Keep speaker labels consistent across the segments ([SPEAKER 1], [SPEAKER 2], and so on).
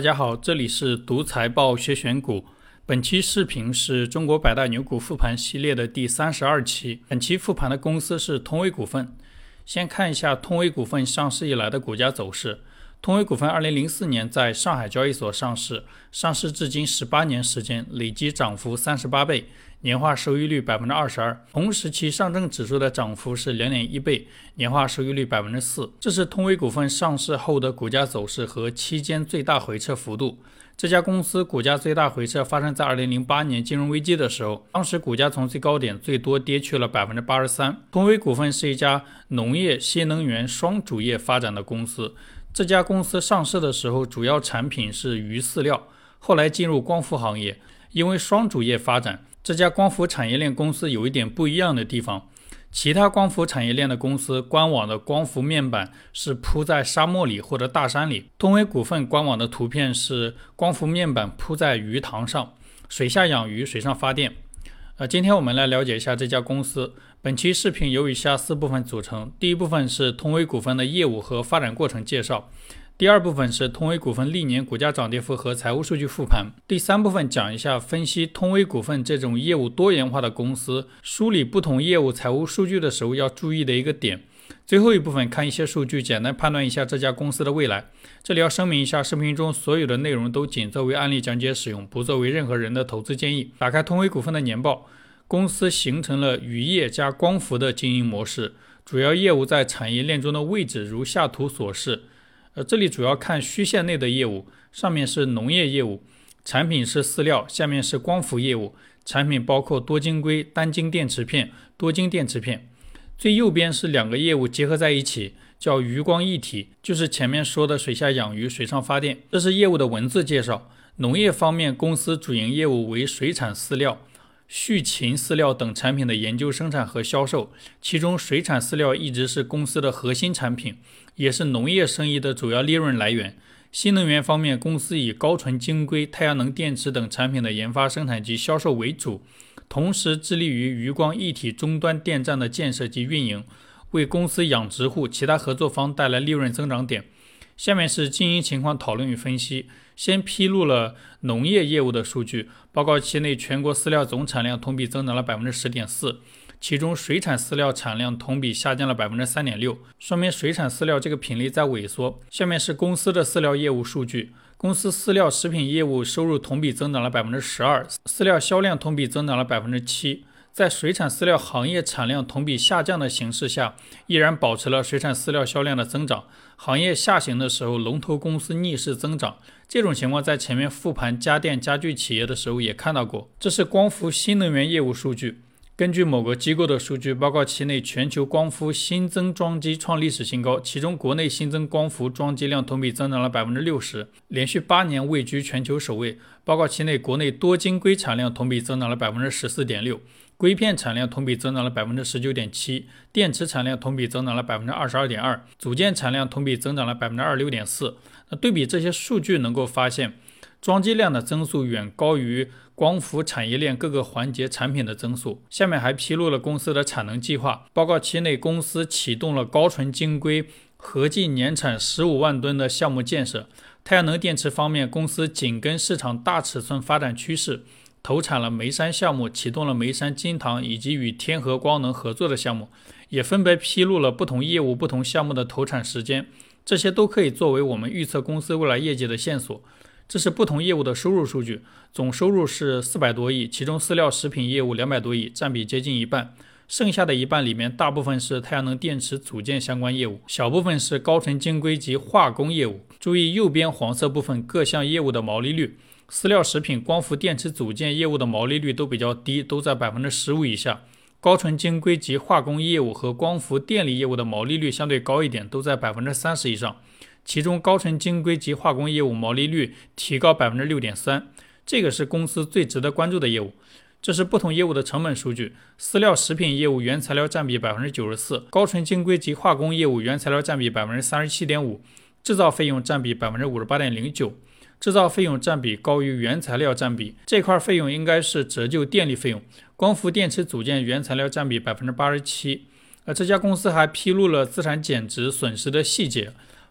[SPEAKER 1] 大家好，这里是读财报学选股。本期视频是中国百大牛股复盘系列的第32期。本期复盘的公司是通威股份。先看一下通威股份上市以来的股价走势。通威股份2004年在上海交易所上市，上市至今18年时间，累计涨幅38倍，年化收益率22%。同时期上证指数的涨幅是2.1倍，年化收益率4%。这是通威股份上市后的股价走势和期间最大回撤幅度。这家公司股价最大回撤发生在2008年金融危机的时候，当时股价从最高点最多跌去了83%。通威股份是一家农业、新能源双主业发展的公司。这家公司上市的时候，主要产品是鱼饲料，后来进入光伏行业。因为双主业发展，这家光伏产业链公司有一点不一样的地方。其他光伏产业链的公司官网的光伏面板是铺在沙漠里或者大山里，通威股份官网的图片是光伏面板铺在鱼塘上，水下养鱼，水上发电。今天我们来了解一下这家公司。本期视频由以下4部分组成。第一部分是通威股份的业务和发展过程介绍。第二部分是通威股份历年股价涨跌幅和财务数据复盘。第三部分讲一下分析通威股份这种业务多元化的公司，梳理不同业务财务数据的时候要注意的一个点。最后一部分看一些数据，简单判断一下这家公司的未来。这里要声明一下，视频中所有的内容都仅作为案例讲解使用，不作为任何人的投资建议。打开通威股份的年报，公司形成了渔业加光伏的经营模式，主要业务在产业链中的位置如下图所示。这里主要看虚线内的业务，上面是农业业务，产品是饲料，下面是光伏业务，产品包括多晶硅、单晶电池片、多晶电池片。最右边是两个业务结合在一起，叫鱼光一体，就是前面说的水下养鱼、水上发电。这是业务的文字介绍。农业方面，公司主营业务为水产饲料、畜禽饲料等产品的研究、生产和销售，其中水产饲料一直是公司的核心产品，也是农业生意的主要利润来源。新能源方面，公司以高纯晶硅、太阳能电池等产品的研发、生产及销售为主，同时致力于鱼光一体终端电站的建设及运营，为公司养殖户、其他合作方带来利润增长点。下面是经营情况讨论与分析。先披露了农业业务的数据，报告期内全国饲料总产量同比增长了 10.4%， 其中水产饲料产量同比下降了 3.6%， 说明水产饲料这个品类在萎缩。下面是公司的饲料业务数据，公司饲料食品业务收入同比增长了 12%， 饲料销量同比增长了 7%。在水产饲料行业产量同比下降的形势下，依然保持了水产饲料销量的增长。行业下行的时候，龙头公司逆势增长，这种情况在前面复盘家电家具企业的时候也看到过。这是光伏新能源业务数据。根据某个机构的数据，报告期内全球光伏新增装机创历史新高，其中国内新增光伏装机量同比增长了 60%， 连续8年位居全球首位。报告期内国内多晶硅产量同比增长了 14.6%， 硅片产量同比增长了 19.7%， 电池产量同比增长了 22.2%， 组件产量同比增长了 26.4%。 对比这些数据能够发现，装机量的增速远高于光伏产业链各个环节产品的增速。下面还披露了公司的产能计划。报告期内，公司启动了高纯晶硅合计年产15万吨的项目建设。太阳能电池方面，公司紧跟市场大尺寸发展趋势，投产了煤山项目，启动了煤山金堂以及与天合光能合作的项目，也分别披露了不同业务、不同项目的投产时间。这些都可以作为我们预测公司未来业绩的线索。这是不同业务的收入数据，总收入是400多亿，其中饲料食品业务200多亿，占比接近一半。剩下的一半里面，大部分是太阳能电池组件相关业务，小部分是高纯晶硅及化工业务。注意右边黄色部分各项业务的毛利率，饲料食品、光伏电池组件业务的毛利率都比较低，都在 15% 以下。高纯晶硅及化工业务和光伏电力业务的毛利率相对高一点，都在 30% 以上。其中高纯晶硅及化工业务毛利率提高 6.3%， 这个是公司最值得关注的业务。这是不同业务的成本数据，饲料食品业务原材料占比 94%， 高纯晶硅及化工业务原材料占比 37.5%， 制造费用占比 58.09%， 制造费用占比高于原材料占比，这块费用应该是折旧电力费用。光伏电池组件原材料占比 87%。这家公司还披露了资产减值损失的细节，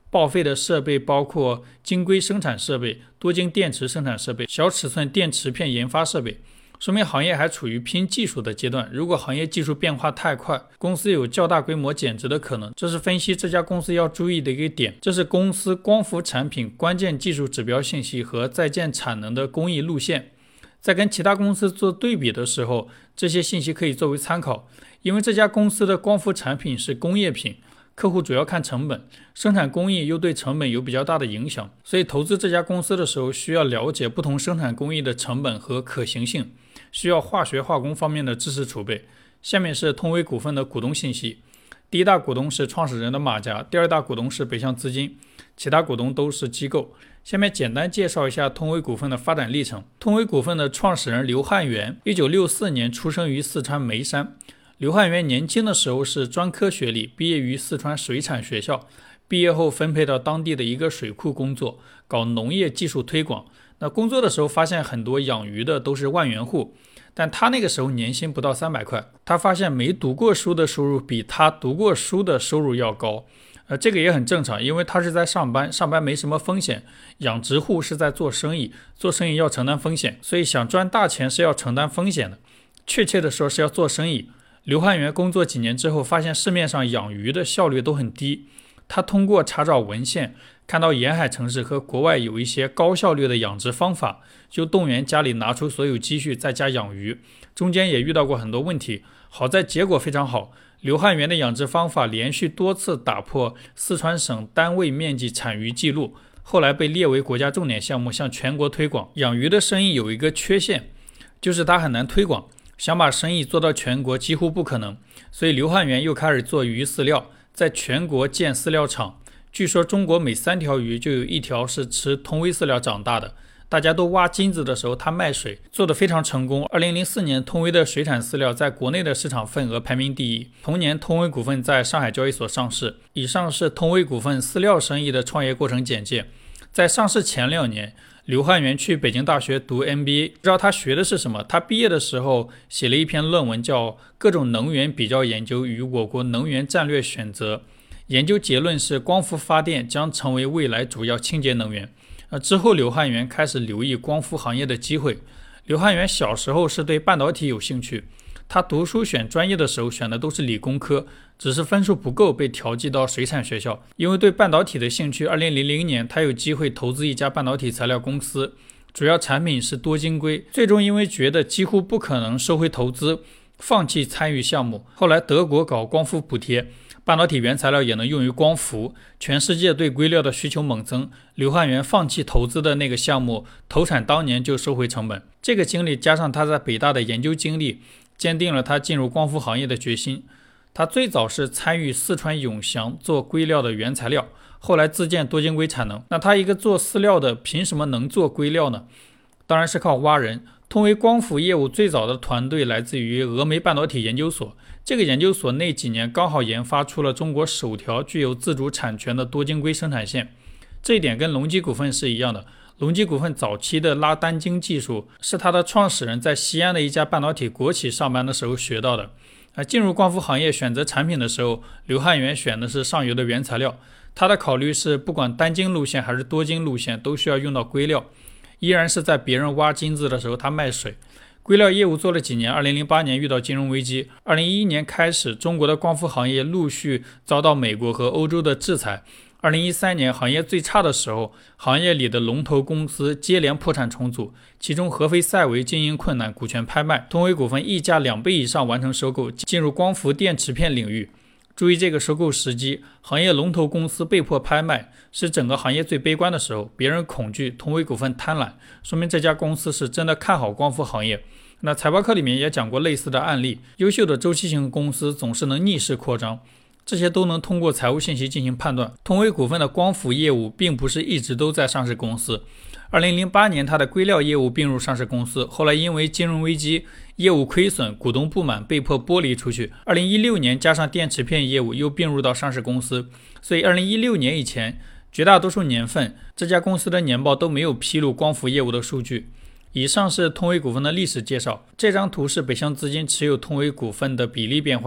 [SPEAKER 1] 报废的设备包括晶硅生产设备、多晶电池生产设备、小尺寸电池片研发设备，说明行业还处于拼技术的阶段。如果行业技术变化太快，公司有较大规模减值的可能，这是分析这家公司要注意的一个点。这是公司光伏产品关键技术指标信息和在建产能的工艺路线。在跟其他公司做对比的时候，这些信息可以作为参考，因为这家公司的光伏产品是工业品，客户主要看成本，生产工艺又对成本有比较大的影响，所以投资这家公司的时候需要了解不同生产工艺的成本和可行性，需要化学化工方面的知识储备。下面是通威股份的股东信息，第一大股东是创始人的马甲，第二大股东是北向资金，其他股东都是机构。下面简单介绍一下通威股份的发展历程。通威股份的创始人刘汉元1964年出生于四川眉山。刘汉元年轻的时候是专科学历，毕业于四川水产学校，毕业后分配到当地的一个水库工作，搞农业技术推广。那工作的时候发现很多养鱼的都是万元户，但他那个时候年薪不到300块，他发现没读过书的收入比他读过书的收入要高。这个也很正常，因为他是在上班，上班没什么风险，养殖户是在做生意，做生意要承担风险，所以想赚大钱是要承担风险的，确切的说是要做生意。刘汉元工作几年之后，发现市面上养鱼的效率都很低，他通过查找文献，看到沿海城市和国外有一些高效率的养殖方法，就动员家里拿出所有积蓄在家养鱼，中间也遇到过很多问题，好在结果非常好。刘汉元的养殖方法连续多次打破四川省单位面积产鱼记录，后来被列为国家重点项目，向全国推广。养鱼的生意有一个缺陷，就是它很难推广，想把生意做到全国几乎不可能，所以刘汉元又开始做鱼饲料，在全国建饲料厂。据说中国每3条鱼就有1条是吃通威饲料长大的。大家都挖金子的时候，他卖水，做得非常成功。2004年，通威的水产饲料在国内的市场份额排名第1。同年，通威股份在上海交易所上市。以上是通威股份饲料生意的创业过程简介。在上市前2年，刘汉元去北京大学读 MBA， 不知道他学的是什么。他毕业的时候写了一篇论文，叫《各种能源比较研究与我国能源战略选择》，研究结论是光伏发电将成为未来主要清洁能源。之后刘汉元开始留意光伏行业的机会。刘汉元小时候是对半导体有兴趣，他读书选专业的时候选的都是理工科，只是分数不够被调剂到水产学校。因为对半导体的兴趣，2000年他有机会投资一家半导体材料公司，主要产品是多晶硅，最终因为觉得几乎不可能收回投资，放弃参与项目。后来德国搞光伏补贴，半导体原材料也能用于光伏，全世界对硅料的需求猛增，刘汉元放弃投资的那个项目，投产当年就收回成本。这个经历加上他在北大的研究经历，坚定了他进入光伏行业的决心。他最早是参与四川永祥做硅料的原材料，后来自建多晶硅产能。那他一个做饲料的，凭什么能做硅料呢？当然是靠挖人。通威光伏业务最早的团队来自于峨眉半导体研究所，这个研究所那几年刚好研发出了中国首条具有自主产权的多晶硅生产线。这一点跟隆基股份是一样的。隆基股份早期的拉单晶技术是他的创始人在西安的一家半导体国企上班的时候学到的。进入光伏行业选择产品的时候，刘汉元选的是上游的原材料。他的考虑是不管单晶路线还是多晶路线都需要用到硅料。依然是在别人挖金子的时候他卖水。硅料业务做了几年，2008年遇到金融危机，2011年开始中国的光伏行业陆续遭到美国和欧洲的制裁。2013年行业最差的时候，行业里的龙头公司接连破产重组，其中合肥赛维经营困难，股权拍卖，通威股份溢价2倍以上完成收购，进入光伏电池片领域。注意这个收购时机，行业龙头公司被迫拍卖，是整个行业最悲观的时候，别人恐惧，通威股份贪婪，说明这家公司是真的看好光伏行业。那财报课里面也讲过类似的案例，优秀的周期型公司总是能逆势扩张，这些都能通过财务信息进行判断。通威股份的光伏业务并不是一直都在上市公司，2008年它的硅料业务并入上市公司，后来因为金融危机业务亏损，股东不满，被迫剥离出去。2016年加上电池片业务又并入到上市公司，所以2016年以前绝大多数年份这家公司的年报都没有披露光伏业务的数据。以上是通威股份的历史介绍，这张图是北向资金持有通威股份的比例变化。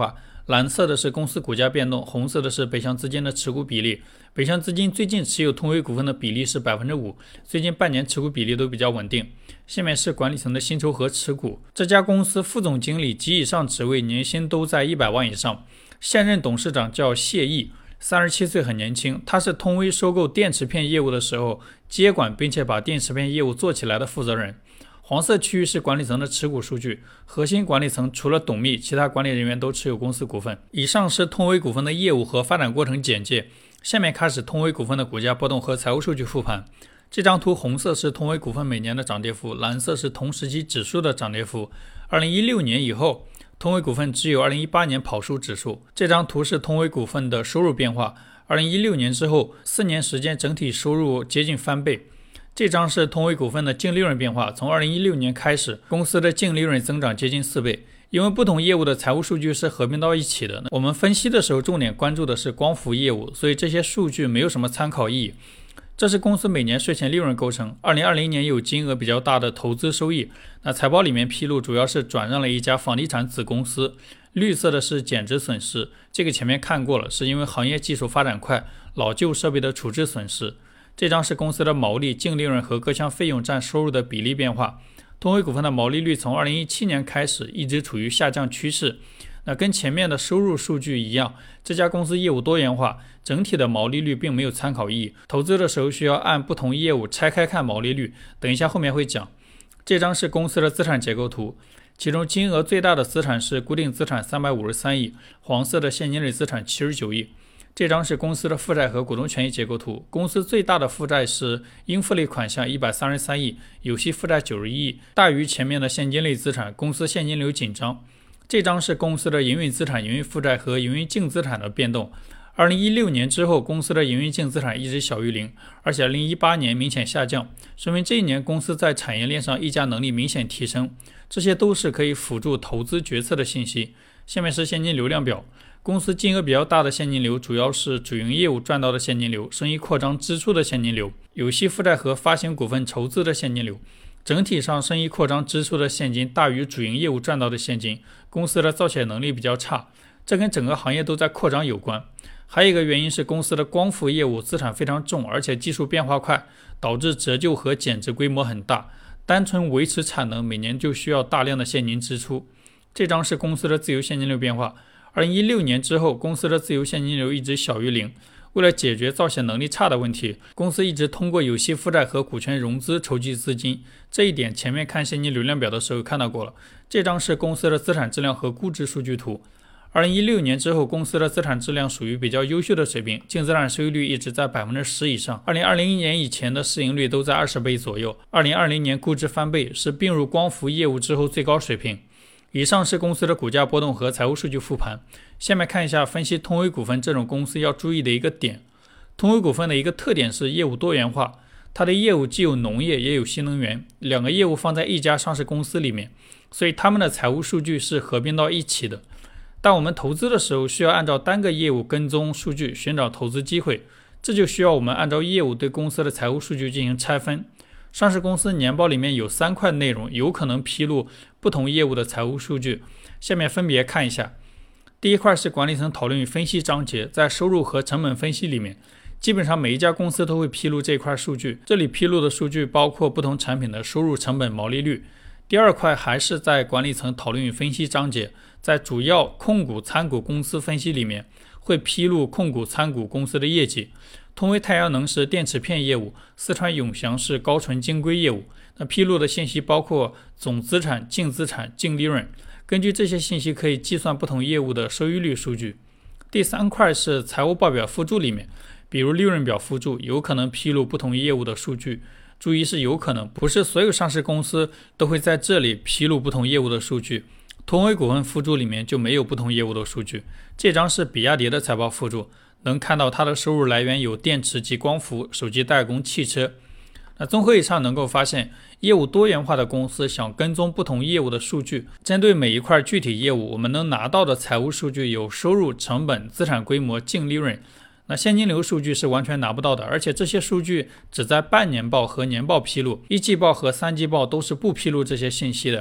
[SPEAKER 1] 蓝色的是公司股价变动，红色的是北向资金的持股比例。北向资金最近持有通威股份的比例是 5%， 最近半年持股比例都比较稳定。下面是管理层的薪酬和持股。这家公司副总经理及以上职位年薪都在100万以上。现任董事长叫谢毅，37岁，很年轻。他是通威收购电池片业务的时候接管并且把电池片业务做起来的负责人。黄色区域是管理层的持股数据，核心管理层除了董秘，其他管理人员都持有公司股份。以上是通威股份的业务和发展过程简介。下面开始通威股份的股价波动和财务数据复盘。这张图红色是通威股份每年的涨跌幅，蓝色是同时期指数的涨跌幅。2016年以后，通威股份只有2018年跑输指数。这张图是通威股份的收入变化，2016年之后4年时间整体收入接近翻倍。这张是通威股份的净利润变化，从2016年开始，公司的净利润增长接近4倍。因为不同业务的财务数据是合并到一起的，我们分析的时候重点关注的是光伏业务，所以这些数据没有什么参考意义。这是公司每年税前利润构成。2020年有金额比较大的投资收益，那财报里面披露主要是转让了一家房地产子公司。绿色的是减值损失，这个前面看过了，是因为行业技术发展快，老旧设备的处置损失。这张是公司的毛利、净利润和各项费用占收入的比例变化。通威股份的毛利率从2017年开始一直处于下降趋势。那跟前面的收入数据一样，这家公司业务多元化，整体的毛利率并没有参考意义。投资的时候需要按不同业务拆开看毛利率，等一下后面会讲。这张是公司的资产结构图，其中金额最大的资产是固定资产353亿，黄色的现金类资产79亿。这张是公司的负债和股东权益结构图，公司最大的负债是应付类款项133亿，有息负债91亿，大于前面的现金类资产，公司现金流紧张。这张是公司的营运资产、营运负债和营运净资产的变动。2016年之后，公司的营运净资产一直小于0，而且2018年明显下降，说明这一年公司在产业链上议价能力明显提升，这些都是可以辅助投资决策的信息。下面是现金流量表，公司金额比较大的现金流主要是主营业务赚到的现金流、生意扩张支出的现金流、有息负债和发行股份筹资的现金流。整体上，生意扩张支出的现金大于主营业务赚到的现金，公司的造血能力比较差，这跟整个行业都在扩张有关。还有一个原因是公司的光伏业务资产非常重，而且技术变化快，导致折旧和减值规模很大，单纯维持产能每年就需要大量的现金支出。这张是公司的自由现金流变化，2016年之后，公司的自由现金流一直小于0。为了解决造血能力差的问题，公司一直通过有息负债和股权融资筹集资金，这一点前面看现金流量表的时候看到过了。这张是公司的资产质量和估值数据图。2016年之后，公司的资产质量属于比较优秀的水平，净资产收益率一直在 10% 以上。2020年以前的市盈率都在20倍左右，2020年估值翻倍，是并入光伏业务之后最高水平。以上是公司的股价波动和财务数据复盘。下面看一下分析通威股份这种公司要注意的一个点。通威股份的一个特点是业务多元化，它的业务既有农业也有新能源，两个业务放在一家上市公司里面，所以他们的财务数据是合并到一起的。当我们投资的时候，需要按照单个业务跟踪数据寻找投资机会，这就需要我们按照业务对公司的财务数据进行拆分。上市公司年报里面有3块内容，有可能披露不同业务的财务数据，下面分别看一下。第一块是管理层讨论与分析章节，在收入和成本分析里面，基本上每一家公司都会披露这块数据，这里披露的数据包括不同产品的收入、成本、毛利率。第二块还是在管理层讨论与分析章节，在主要控股参股公司分析里面，会披露控股参股公司的业绩。通威太阳能是电池片业务，四川永祥是高纯晶硅业务。那披露的信息包括总资产、净资产、净利润，根据这些信息可以计算不同业务的收益率数据。第三块是财务报表附注里面，比如利润表附注，有可能披露不同业务的数据。注意是有可能，不是所有上市公司都会在这里披露不同业务的数据。通威股份附注里面就没有不同业务的数据。这张是比亚迪的财报附注，能看到它的收入来源有电池及光伏、手机代工、汽车。那综合以上能够发现，业务多元化的公司想跟踪不同业务的数据，针对每一块具体业务，我们能拿到的财务数据有收入、成本、资产规模、净利润。那现金流数据是完全拿不到的，而且这些数据只在半年报和年报披露，一季报和3季报都是不披露这些信息的。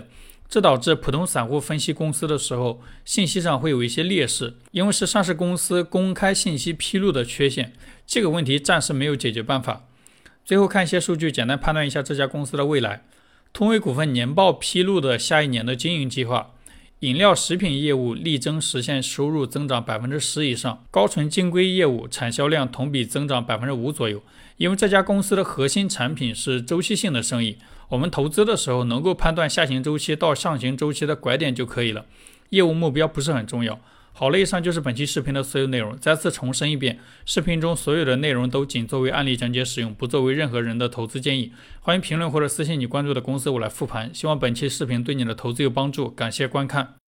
[SPEAKER 1] 这导致普通散户分析公司的时候，信息上会有一些劣势，因为是上市公司公开信息披露的缺陷。这个问题暂时没有解决办法。最后看一些数据，简单判断一下这家公司的未来。通威股份年报披露的下一年的经营计划，饮料食品业务力争实现收入增长 10% 以上，高纯净硅业务产销量同比增长 5% 左右。因为这家公司的核心产品是周期性的生意，我们投资的时候能够判断下行周期到上行周期的拐点就可以了，业务目标不是很重要。好了，以上就是本期视频的所有内容。再次重申一遍，视频中所有的内容都仅作为案例讲解使用，不作为任何人的投资建议。欢迎评论或者私信你关注的公司，我来复盘。希望本期视频对你的投资有帮助，感谢观看。